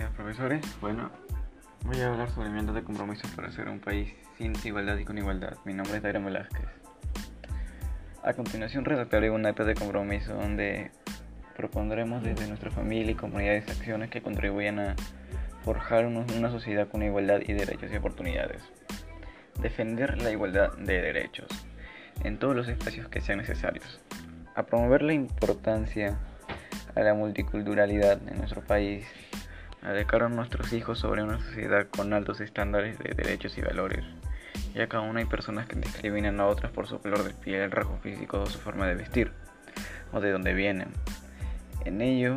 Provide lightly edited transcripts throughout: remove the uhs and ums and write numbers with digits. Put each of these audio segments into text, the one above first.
días, profesores. Bueno, voy a hablar sobre mi de compromiso para hacer un país sin desigualdad y con igualdad. Mi nombre es Dairo Velázquez. A continuación redactaré un acta de compromiso donde propondremos desde nuestra familia y comunidades acciones que contribuyan a forjar una sociedad con igualdad y derechos y oportunidades. Defender la igualdad de derechos en todos los espacios que sean necesarios. A promover la importancia a la multiculturalidad en nuestro país, a educar a nuestros hijos sobre una sociedad con altos estándares de derechos y valores, ya que aún hay personas que discriminan a otras por su color de piel, rasgo físico o su forma de vestir, o de dónde vienen. En ello,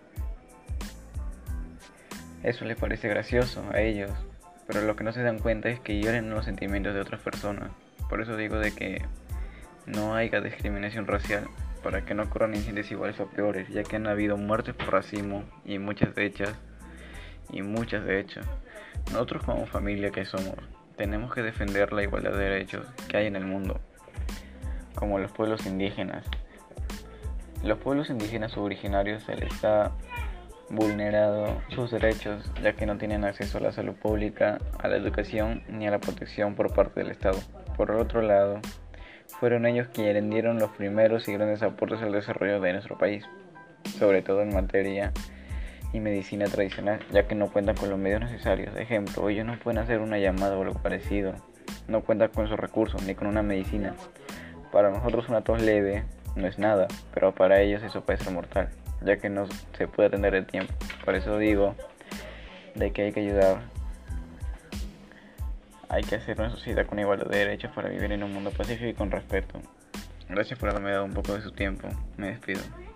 eso les parece gracioso a ellos, pero lo que no se dan cuenta es que hieren los sentimientos de otras personas. Por eso digo de que no haya discriminación racial, para que no ocurran incidentes iguales o peores, ya que han habido muertes por racismo y muchas de hecho. Nosotros como familia que somos, tenemos que defender la igualdad de derechos que hay en el mundo, como los pueblos indígenas. Los pueblos indígenas o originarios se les ha vulnerado sus derechos, ya que no tienen acceso a la salud pública, a la educación ni a la protección por parte del Estado. Por el otro lado, fueron ellos quienes dieron los primeros y grandes aportes al desarrollo de nuestro país, sobre todo en materia y medicina tradicional, ya que no cuentan con los medios necesarios. Ejemplo, ellos no pueden hacer una llamada o algo parecido, no cuentan con esos recursos ni con una medicina. Para nosotros una tos leve no es nada, pero para ellos eso puede ser mortal, ya que no se puede atender el tiempo. Por eso digo de que hay que ayudar. Hay que hacer una sociedad con igualdad de derechos para vivir en un mundo pacífico y con respeto. Gracias por haberme dado un poco de su tiempo. Me despido.